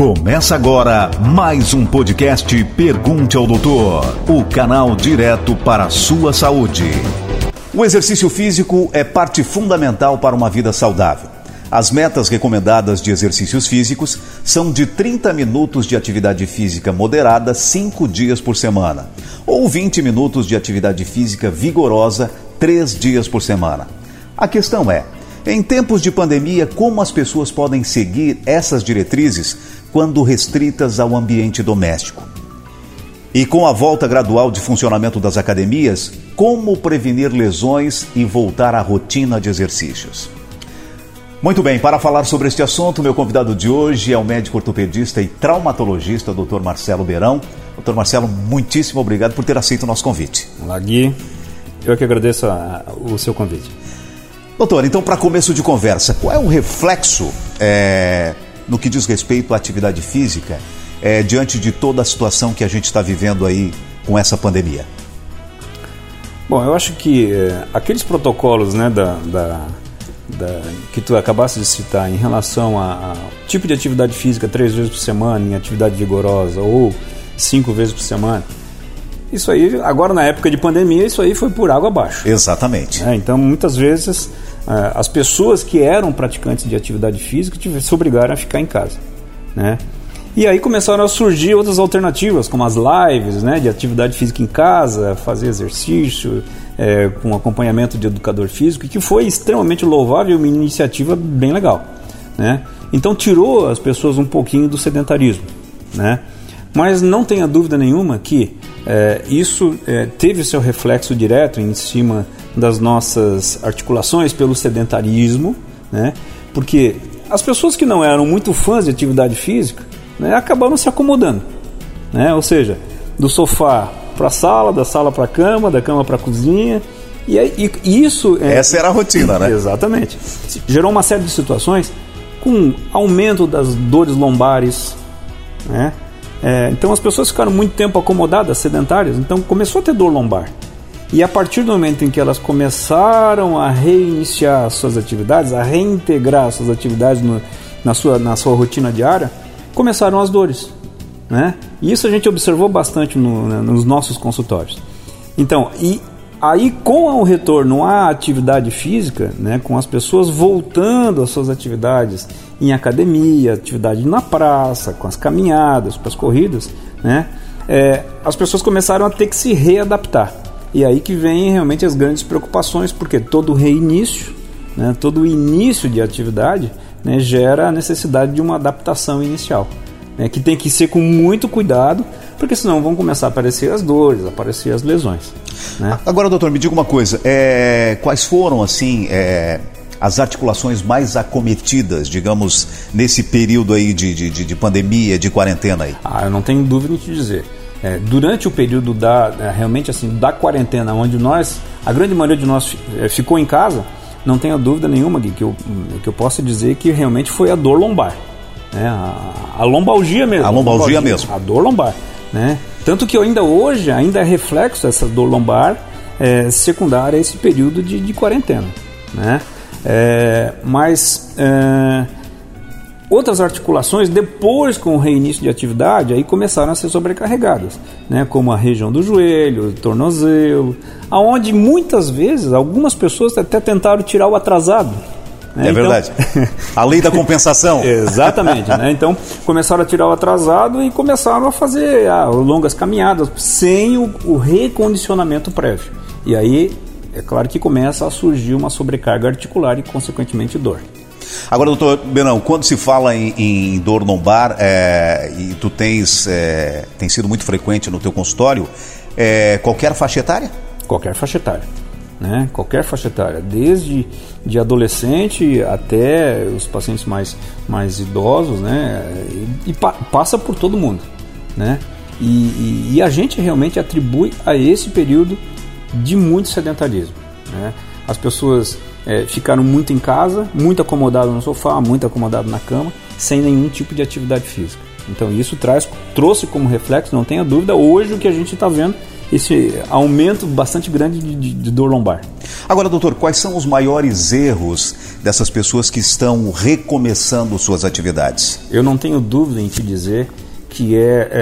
Começa agora mais um podcast Pergunte ao Doutor, o canal direto para a sua saúde. O exercício físico é parte fundamental para uma vida saudável. As metas recomendadas de exercícios físicos são de 30 minutos de atividade física moderada 5 dias por semana, ou 20 minutos de atividade física vigorosa 3 dias por semana. A questão é, em tempos de pandemia, como as pessoas podem seguir essas diretrizes quando restritas ao ambiente doméstico? E com a volta gradual de funcionamento das academias, como prevenir lesões e voltar à rotina de exercícios? Muito bem, para falar sobre este assunto, meu convidado de hoje é o médico ortopedista e traumatologista, Dr. Marcelo Beirão. Dr. Marcelo, muitíssimo obrigado por ter aceito o nosso convite. Olá, Gui. Eu que agradeço o seu convite. Doutor, então para começo de conversa, qual é o reflexo no que diz respeito à atividade física diante de toda a situação que a gente está vivendo aí com essa pandemia? Bom, eu acho que aqueles protocolos, né, que tu acabaste de citar em relação a tipo de atividade física 3 vezes por semana em atividade vigorosa ou 5 vezes por semana, isso aí, agora na época de pandemia, isso aí foi por água abaixo. Exatamente. Então, muitas vezes, as pessoas que eram praticantes de atividade física se obrigaram a ficar em casa, né? E aí começaram a surgir outras alternativas, como as lives, né, de atividade física em casa, fazer exercício, com acompanhamento de educador físico, que foi extremamente louvável e uma iniciativa bem legal, né? Então, tirou as pessoas um pouquinho do sedentarismo, né? Mas não tenha dúvida nenhuma que isso teve seu reflexo direto em cima das nossas articulações pelo sedentarismo, né? Porque as pessoas que não eram muito fãs de atividade física, né, acabaram se acomodando, né? Ou seja, do sofá para a sala, da sala para a cama, da cama para a cozinha. E isso essa era a rotina, né? Exatamente. Gerou uma série de situações com aumento das dores lombares, né? Então as pessoas ficaram muito tempo acomodadas, sedentárias, então começou a ter dor lombar. E a partir do momento em que elas começaram a reiniciar suas atividades, a reintegrar suas atividades na sua rotina diária, começaram as dores, né? E isso a gente observou bastante nos nossos consultórios. Então, e aí com o retorno à atividade física, né, com as pessoas voltando às suas atividades em academia, atividade na praça, com as caminhadas, com as corridas, né, as pessoas começaram a ter que se readaptar. E aí que vem realmente as grandes preocupações, porque todo reinício, né, todo início de atividade, né, gera a necessidade de uma adaptação inicial, né, que tem que ser com muito cuidado, porque senão vão começar a aparecer as dores, aparecer as lesões, né? Agora, doutor, me diga uma coisa, quais foram, assim, as articulações mais acometidas, digamos, nesse período aí de pandemia, de quarentena aí? Eu não tenho dúvida em te dizer. Durante o período realmente assim, da quarentena, onde a grande maioria de nós ficou em casa, não tenho dúvida nenhuma, Gui, que eu possa dizer que realmente foi a dor lombar, né? A lombalgia mesmo. A lombalgia mesmo. A dor lombar, né? Tanto que hoje ainda é reflexo essa dor lombar secundária a esse período de quarentena, né? Mas outras articulações, depois com o reinício de atividade, aí começaram a ser sobrecarregadas, né? Como a região do joelho, do tornozelo, aonde muitas vezes algumas pessoas até tentaram tirar o atrasado, né? Verdade. A lei da compensação. Exatamente, né? Então começaram a tirar o atrasado e começaram a fazer longas caminhadas sem o recondicionamento prévio. E aí, é claro que começa a surgir uma sobrecarga articular e, consequentemente, dor. Agora, doutor Beirão, quando se fala em dor lombar, e tu tem sido muito frequente no teu consultório, qualquer faixa etária? Qualquer faixa etária, né? Qualquer faixa etária, desde de adolescente até os pacientes mais idosos, né? E passa por todo mundo, né? E a gente realmente atribui a esse período de muito sedentarismo, né? As pessoas ficaram muito em casa, muito acomodadas no sofá, muito acomodadas na cama, sem nenhum tipo de atividade física. Então isso trouxe como reflexo, não tenha dúvida, hoje o que a gente está vendo esse aumento bastante grande de dor lombar. Agora, doutor, quais são os maiores erros dessas pessoas que estão recomeçando suas atividades? Eu não tenho dúvida em te dizer que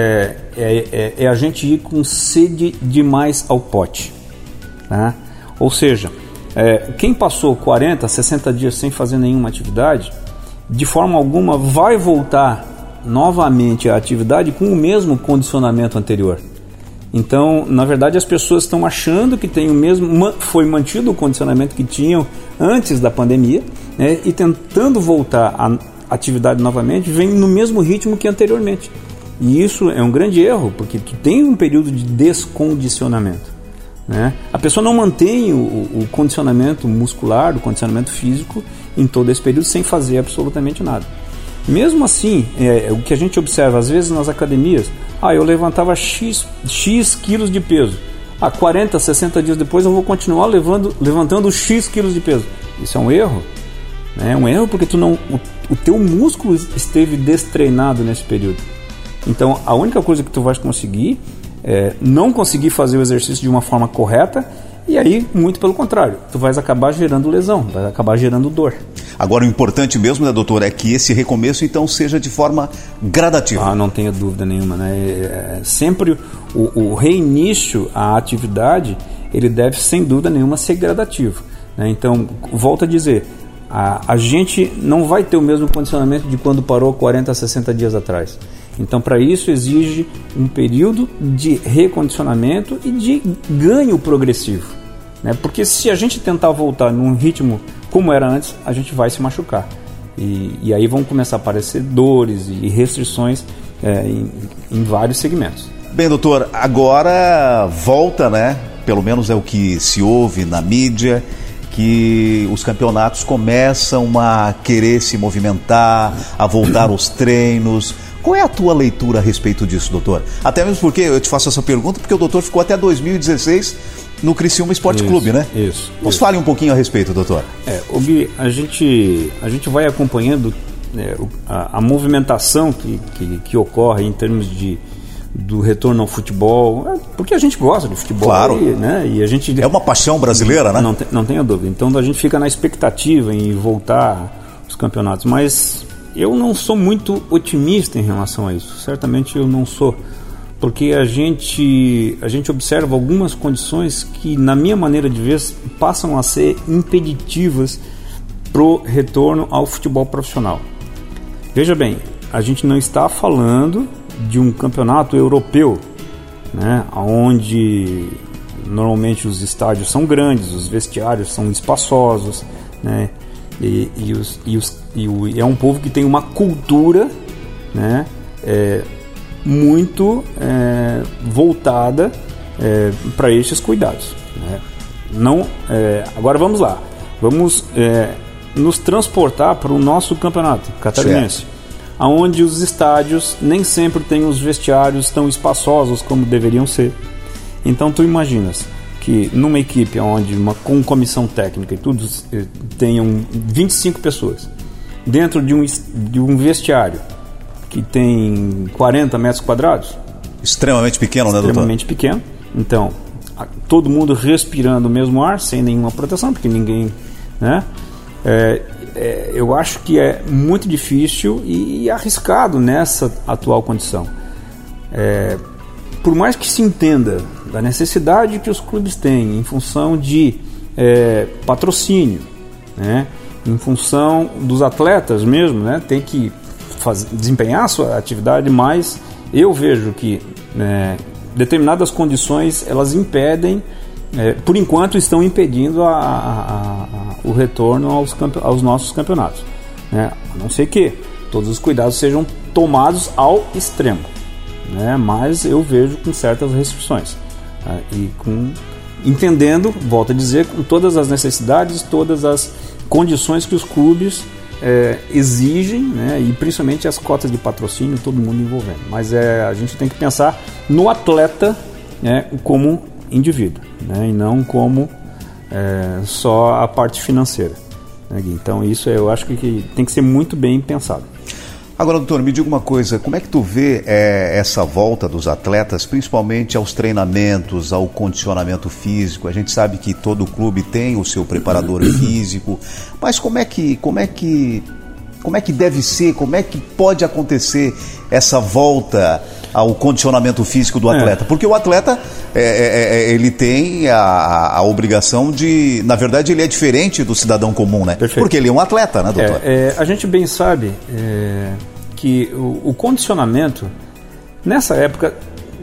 é a gente ir com sede demais ao pote, né? Ou seja, quem passou 40, 60 dias sem fazer nenhuma atividade, de forma alguma vai voltar novamente à atividade com o mesmo condicionamento anterior. Então, na verdade, as pessoas estão achando que tem o mesmo, foi mantido o condicionamento que tinham antes da pandemia, né, e tentando voltar à atividade novamente, vem no mesmo ritmo que anteriormente. E isso é um grande erro, porque tu tem um período de descondicionamento, né? A pessoa não mantém o condicionamento muscular, o condicionamento físico em todo esse período sem fazer absolutamente nada. Mesmo assim, o que a gente observa às vezes nas academias, eu levantava X quilos de peso, 40, 60 dias depois eu vou continuar levantando X quilos de peso. Isso é um erro, né? É um erro porque o teu músculo esteve destreinado nesse período. Então a única coisa que tu vais conseguir é não conseguir fazer o exercício de uma forma correta, e aí, muito pelo contrário, tu vais acabar gerando lesão, vai acabar gerando dor. Agora, o importante mesmo, né, doutor, é que esse recomeço, então, seja de forma gradativa. Não tenha dúvida nenhuma, né? Sempre o reinício à atividade, ele deve, sem dúvida nenhuma, ser gradativo, né? Então, volto a dizer, a gente não vai ter o mesmo condicionamento de quando parou 40, 60 dias atrás. Então, para isso, exige um período de recondicionamento e de ganho progressivo, né? Porque se a gente tentar voltar num ritmo como era antes, a gente vai se machucar. E aí vão começar a aparecer dores e restrições em vários segmentos. Bem, doutor, agora volta, né? Pelo menos é o que se ouve na mídia, que os campeonatos começam a querer se movimentar, a voltar aos treinos. Qual é a tua leitura a respeito disso, doutor? Até mesmo porque eu te faço essa pergunta, porque o doutor ficou até 2016 no Criciúma Esporte Clube, né? Isso. Nos fale um pouquinho a respeito, doutor. Gui, a gente vai acompanhando a movimentação que ocorre em termos do retorno ao futebol, porque a gente gosta de futebol. Claro. Né? E a gente, é uma paixão brasileira, né? Não tenha dúvida. Então a gente fica na expectativa em voltar aos campeonatos, mas eu não sou muito otimista em relação a isso. Certamente eu não sou, porque a gente observa algumas condições que, na minha maneira de ver, passam a ser impeditivas para o retorno ao futebol profissional. Veja bem, a gente não está falando de um campeonato europeu, né, onde normalmente os estádios são grandes, os vestiários são espaçosos, né, e é um povo que tem uma cultura, né, muito voltada para estes cuidados, né? Agora vamos lá, vamos nos transportar para o nosso campeonato catarinense, onde os estádios nem sempre têm os vestiários tão espaçosos como deveriam ser. Então tu imaginas que numa equipe onde com comissão técnica e tudo tenham 25 pessoas dentro de um vestiário que tem 40 metros quadrados, extremamente pequeno, né, doutor? Extremamente pequeno. Então, todo mundo respirando o mesmo ar, sem nenhuma proteção, porque ninguém, né? Eu acho que é muito difícil e arriscado nessa atual condição. Por mais que se entenda da necessidade que os clubes têm em função de patrocínio, né? Em função dos atletas mesmo, né? Tem que desempenhar a sua atividade, mas eu vejo que determinadas condições elas impedem, por enquanto estão impedindo o retorno aos nossos campeonatos, né? A não ser que todos os cuidados sejam tomados ao extremo, né? Mas eu vejo com certas restrições, e entendendo, volto a dizer, com todas as necessidades, todas as condições que os clubes exigem, né? E principalmente as cotas de patrocínio, todo mundo envolvendo. Mas a gente tem que pensar no atleta, né, como indivíduo, né? E não como só a parte financeira, né? Então isso eu acho que tem que ser muito bem pensado. Agora, doutor, me diga uma coisa, como é que tu vê essa volta dos atletas, principalmente aos treinamentos, ao condicionamento físico? A gente sabe que todo clube tem o seu preparador físico, mas como é que deve ser, como é que pode acontecer essa volta ao condicionamento físico do atleta? Porque o atleta, ele tem a obrigação de... Na verdade, ele é diferente do cidadão comum, né? Perfeito. Porque ele é um atleta, né, doutor? A gente bem sabe que o condicionamento, nessa época,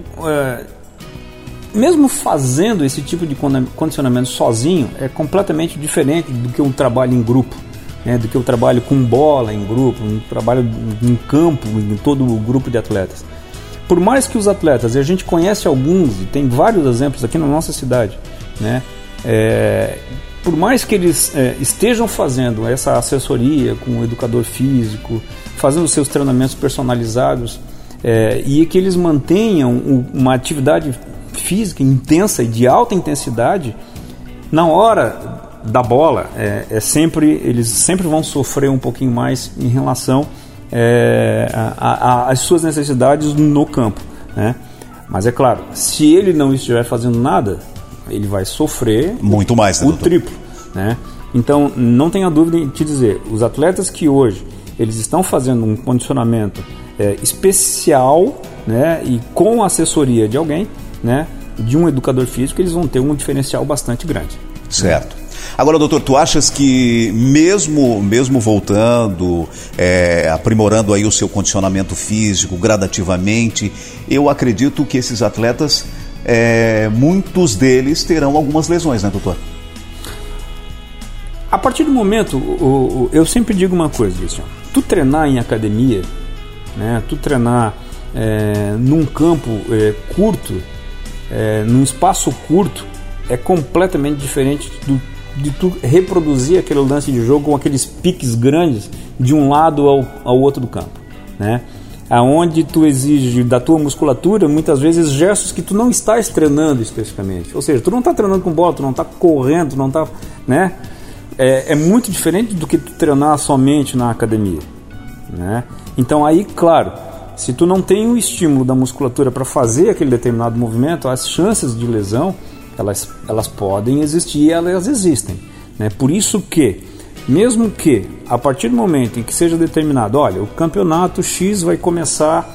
mesmo fazendo esse tipo de condicionamento sozinho, é completamente diferente do que um trabalho em grupo. Do que o trabalho com bola em grupo, um trabalho em campo, em todo o grupo de atletas. Por mais que os atletas, e a gente conhece alguns, e tem vários exemplos aqui na nossa cidade, né? Por mais que eles estejam fazendo essa assessoria com o educador físico, fazendo seus treinamentos personalizados, e que eles mantenham uma atividade física intensa e de alta intensidade, na hora da bola, eles sempre vão sofrer um pouquinho mais em relação às suas necessidades no campo, né? Mas é claro, se ele não estiver fazendo nada, ele vai sofrer muito mais, né, o triplo, né? Então, não tenha dúvida em te dizer, os atletas que hoje eles estão fazendo um condicionamento especial, né, e com a assessoria de alguém, né, de um educador físico, eles vão ter um diferencial bastante grande. Certo. Agora, doutor, tu achas que mesmo voltando, aprimorando aí o seu condicionamento físico gradativamente, eu acredito que esses atletas, muitos deles terão algumas lesões, né, doutor? A partir do momento, eu sempre digo uma coisa, Cristian, tu treinar em academia, né, tu treinar num campo curto, num espaço curto, é completamente diferente de tu reproduzir aquele lance de jogo com aqueles piques grandes de um lado ao outro do campo, né? Aonde tu exige da tua musculatura muitas vezes gestos que tu não estás treinando especificamente, ou seja, tu não está treinando com bola, tu não está correndo, tu não está, né? É muito diferente do que tu treinar somente na academia, né? Então aí, claro, se tu não tem o estímulo da musculatura para fazer aquele determinado movimento, as chances de lesão elas podem existir e elas existem, né? Por isso que, mesmo que a partir do momento em que seja determinado, olha, o campeonato X vai começar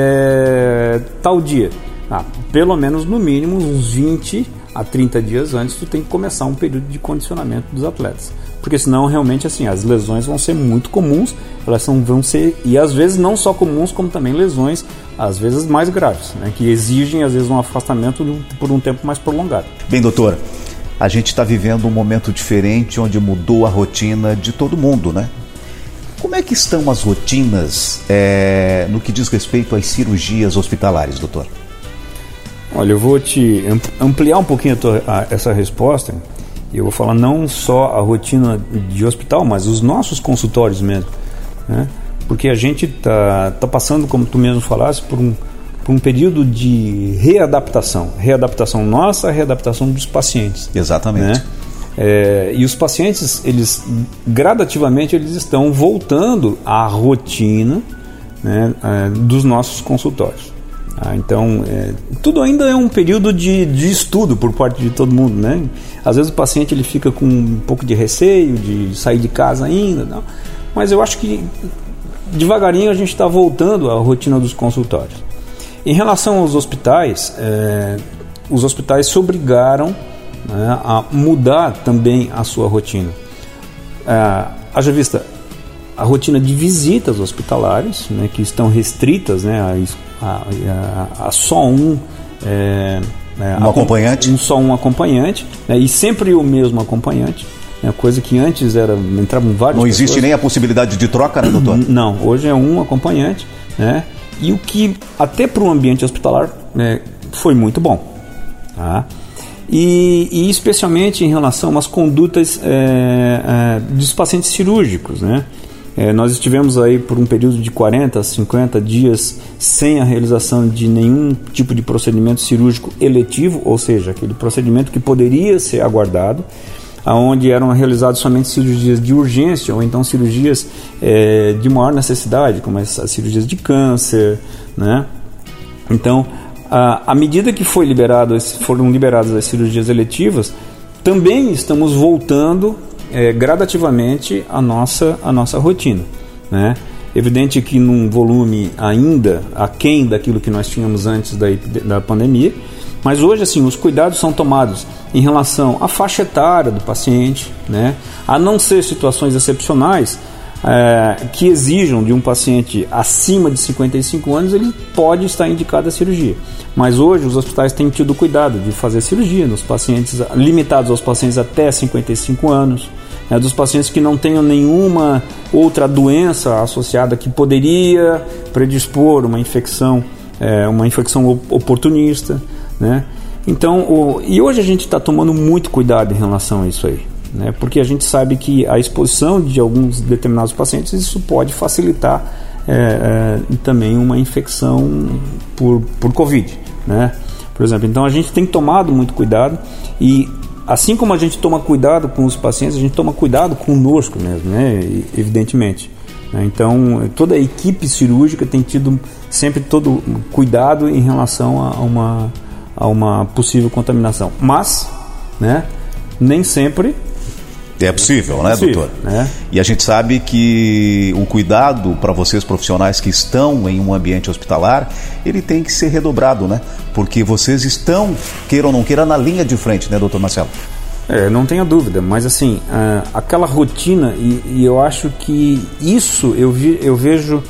tal dia, pelo menos no mínimo uns 20 a 30 dias antes tu tem que começar um período de condicionamento dos atletas, porque senão realmente assim as lesões vão ser muito comuns, elas vão ser, e às vezes não só comuns como também lesões às vezes mais graves, né, que exigem às vezes um afastamento por um tempo mais prolongado. Bem, doutor, a gente está vivendo um momento diferente onde mudou a rotina de todo mundo, né? Como é que estão as rotinas no que diz respeito às cirurgias hospitalares, doutor? Olha, eu vou te ampliar um pouquinho essa resposta. Eu vou falar não só a rotina de hospital, mas os nossos consultórios mesmo, né? Porque a gente tá passando, como tu mesmo falaste, por um período de readaptação nossa, readaptação dos pacientes. Exatamente. Né? E os pacientes, eles gradativamente eles estão voltando à rotina, né, dos nossos consultórios. Então, tudo ainda é um período de estudo por parte de todo mundo, né? Às vezes o paciente ele fica com um pouco de receio de sair de casa ainda, não? Mas eu acho que devagarinho a gente está voltando à rotina dos consultórios. Em relação aos hospitais, os hospitais se obrigaram, né, a mudar também a sua rotina. Haja vista a rotina de visitas hospitalares, né, que estão restritas, né, a só um acompanhante, só um acompanhante, né, e sempre o mesmo acompanhante, né, coisa que antes entravam vários. Não existe pessoas. Nem a possibilidade de troca, né, doutor? Não, hoje é um acompanhante, né, e o que até para o ambiente hospitalar, né, foi muito bom, tá? E especialmente em relação às condutas dos pacientes cirúrgicos, né? Nós estivemos aí por um período de 40 a 50 dias sem a realização de nenhum tipo de procedimento cirúrgico eletivo, ou seja, aquele procedimento que poderia ser aguardado. onde eram realizadas somente cirurgias de urgência ou então cirurgias de maior necessidade, como as cirurgias de câncer, né? Então, à medida que foram liberadas as cirurgias eletivas, também estamos voltando gradativamente à nossa rotina, né? Evidente que num volume ainda aquém daquilo que nós tínhamos antes da pandemia, mas hoje assim, os cuidados são tomados em relação à faixa etária do paciente, né? A não ser situações excepcionais que exijam de um paciente acima de 55 anos, ele pode estar indicado a cirurgia. Mas hoje os hospitais têm tido cuidado de fazer cirurgia nos pacientes, limitados aos pacientes até 55 anos, dos pacientes que não tenham nenhuma outra doença associada que poderia predispor uma infecção oportunista, né? Então, e hoje a gente está tomando muito cuidado em relação a isso aí, né? Porque a gente sabe que a exposição de alguns determinados pacientes, isso pode facilitar também uma infecção por Covid, né? Por exemplo, então a gente tem tomado muito cuidado e assim como a gente toma cuidado com os pacientes, a gente toma cuidado conosco mesmo, né? Evidentemente. Então, toda a equipe cirúrgica tem tido sempre todo cuidado em relação a uma possível contaminação. Mas, né, nem sempre é possível, né, doutor? Né? E a gente sabe que o cuidado para vocês profissionais que estão em um ambiente hospitalar, ele tem que ser redobrado, né? Porque vocês estão, queira ou não queira, na linha de frente, né, doutor Marcelo? Não tenha dúvida, mas assim, aquela rotina, e eu acho que isso, eu vejo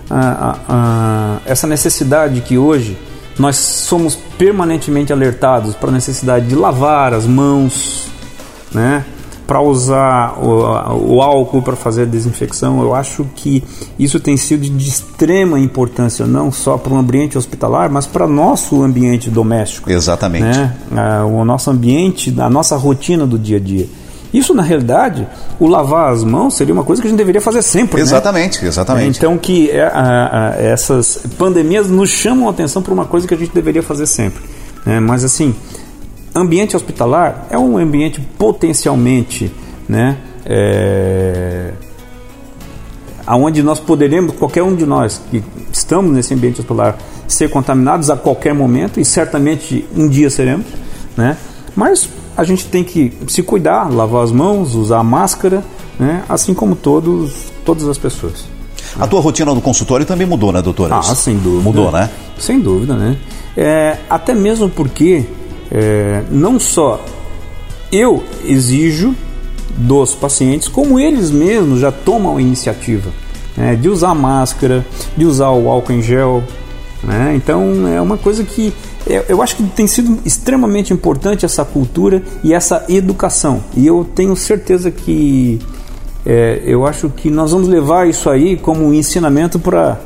essa necessidade que hoje nós somos permanentemente alertados para a necessidade de lavar as mãos, né? Para usar o álcool para fazer a desinfecção. Eu acho que isso tem sido de extrema importância, não só para o ambiente hospitalar, mas para o nosso ambiente doméstico. Exatamente. Né? O nosso ambiente, a nossa rotina do dia a dia. Isso, na realidade, o lavar as mãos seria uma coisa que a gente deveria fazer sempre. Exatamente, né? Exatamente. Então, que essas pandemias nos chamam a atenção para uma coisa que a gente deveria fazer sempre. Né? Mas, assim, ambiente hospitalar é um ambiente potencialmente, né, onde nós poderemos, qualquer um de nós que estamos nesse ambiente hospitalar, ser contaminados a qualquer momento, e certamente um dia seremos, né? Mas a gente tem que se cuidar, lavar as mãos, usar máscara, né? Assim como todas as pessoas. A tua rotina do consultório também mudou, né, doutora? Sem dúvida. Mudou, né? Sem dúvida, né? Até mesmo porque não só eu exijo dos pacientes, como eles mesmos já tomam a iniciativa, de usar máscara, de usar o álcool em gel, né? Então é uma coisa que eu acho que tem sido extremamente importante, essa cultura e essa educação, e eu tenho certeza que eu acho que nós vamos levar isso aí como um ensinamento para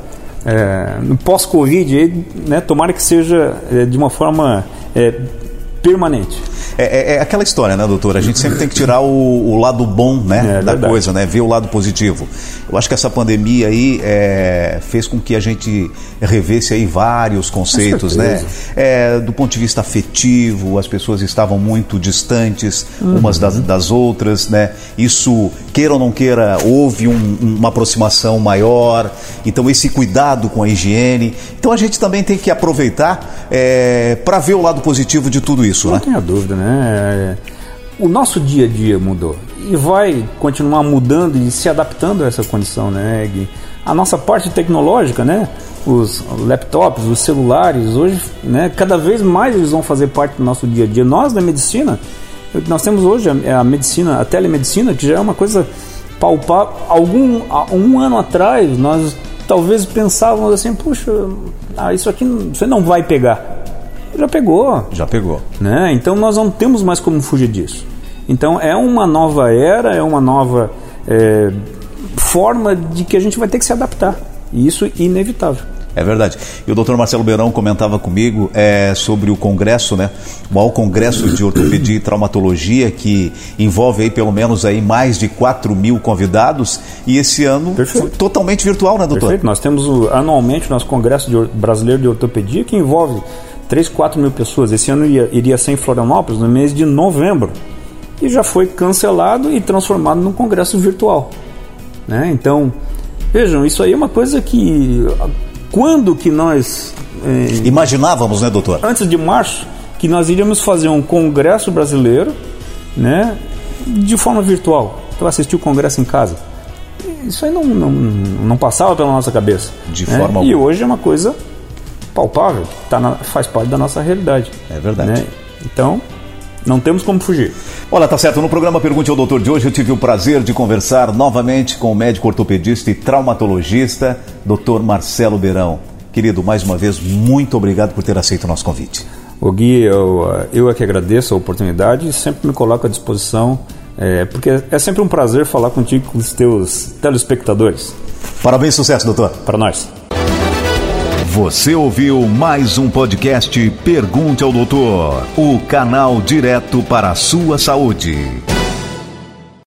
no pós-Covid, né? Tomara que seja de uma forma permanente. É aquela história, né, doutor? A gente sempre tem que tirar o lado bom, né, da coisa, né? Ver o lado positivo. Eu acho que essa pandemia aí fez com que a gente revesse aí vários conceitos, né? Do ponto de vista afetivo, as pessoas estavam muito distantes umas das outras, né? Isso, queira ou não queira, houve uma aproximação maior. Então, esse cuidado com a higiene. Então, a gente também tem que aproveitar para ver o lado positivo de tudo isso, né? Não tenha dúvida, né? O nosso dia a dia mudou e vai continuar mudando e se adaptando a essa condição, né, Gui? A nossa parte tecnológica, né? Os laptops, os celulares, hoje, né, cada vez mais eles vão fazer parte do nosso dia a dia. Nós, da medicina, nós temos hoje a medicina, a telemedicina, que já é uma coisa palpável. Um ano atrás, nós talvez pensávamos assim, puxa, isso aqui você não vai pegar. Já pegou. Né? Então nós não temos mais como fugir disso. Então é uma nova era, é uma nova forma de que a gente vai ter que se adaptar. E isso é inevitável. É verdade. E o Dr. Marcelo Beirão comentava comigo sobre o congresso, né? O maior congresso de ortopedia e traumatologia, que envolve aí pelo menos aí mais de 4.000 convidados, e esse ano foi totalmente virtual, né, doutor? Perfeito. Nós temos anualmente o nosso congresso brasileiro de ortopedia, que envolve 3, 4 mil pessoas. Esse ano iria ser em Florianópolis, no mês de novembro. e já foi cancelado e transformado num congresso virtual, né? Então, vejam, isso aí é uma coisa que... Quando que nós... imaginávamos, né, doutor? Antes de março, que nós iríamos fazer um congresso brasileiro, né, de forma virtual. Então, assistir o congresso em casa. Isso aí não passava pela nossa cabeça. De forma alguma. E hoje é uma coisa palpável, faz parte da nossa realidade. É verdade. Né? Então, não temos como fugir. Olha, tá certo. No programa Pergunte ao Doutor de hoje, eu tive o prazer de conversar novamente com o médico ortopedista e traumatologista, Dr. Marcelo Beirão. Querido, mais uma vez, muito obrigado por ter aceito o nosso convite. O Gui, eu é que agradeço a oportunidade e sempre me coloco à disposição, porque é sempre um prazer falar contigo, com os teus telespectadores. Parabéns e sucesso, doutor. Para nós. Você ouviu mais um podcast Pergunte ao Doutor, o canal direto para a sua saúde.